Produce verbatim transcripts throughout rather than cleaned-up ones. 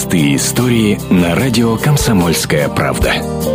Простые истории на радио «Комсомольская правда».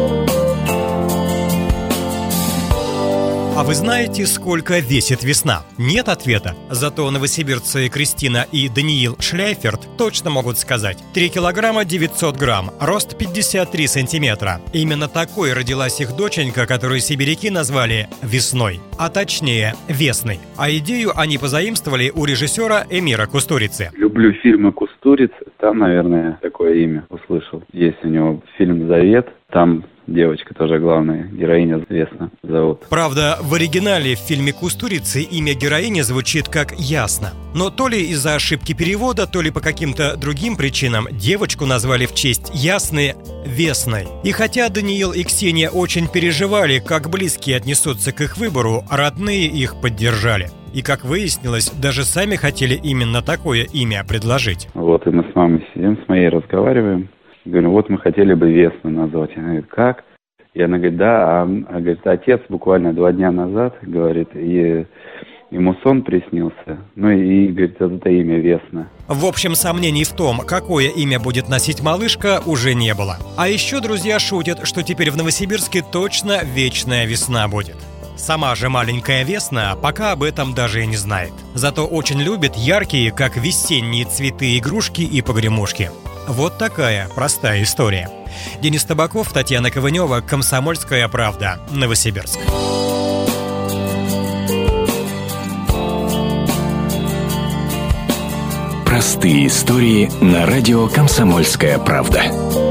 А вы знаете, сколько весит весна? Нет ответа. Зато новосибирцы Кристина и Даниил Шляйферт точно могут сказать. три килограмма девятьсот грамм, рост пятьдесят три сантиметра. Именно такой родилась их доченька, которую сибиряки назвали «Весной», а точнее «Весной». А идею они позаимствовали у режиссера Эмира Кустурицы. Люблю фильмы Кустурицы, там, наверное, такое имя услышал. Есть у него фильм «Завет», там девочка тоже главная героиня, Весна зовут. Правда, в оригинале в фильме Кустурицы имя героини звучит как «Ясна». Но то ли из-за ошибки перевода, то ли по каким-то другим причинам девочку назвали в честь Ясны Весной. И хотя Даниил и Ксения очень переживали, как близкие отнесутся к их выбору, родные их поддержали. И, как выяснилось, даже сами хотели именно такое имя предложить. Вот, и мы с мамой сидим, с моей разговариваем. Говорю, вот мы хотели бы Весну назвать. Она говорит, как? И она говорит, да, а, а говорит, отец буквально два дня назад, говорит, и ему сон приснился. Ну и, говорит, это имя Весна. В общем, сомнений в том, какое имя будет носить малышка, уже не было. А еще друзья шутят, что теперь в Новосибирске точно вечная весна будет. Сама же маленькая Весна пока об этом даже и не знает. Зато очень любит яркие, как весенние цветы, игрушки и погремушки. Вот такая простая история. Денис Табаков, Татьяна Ковынева, «Комсомольская правда», Новосибирск. Простые истории на радио «Комсомольская правда».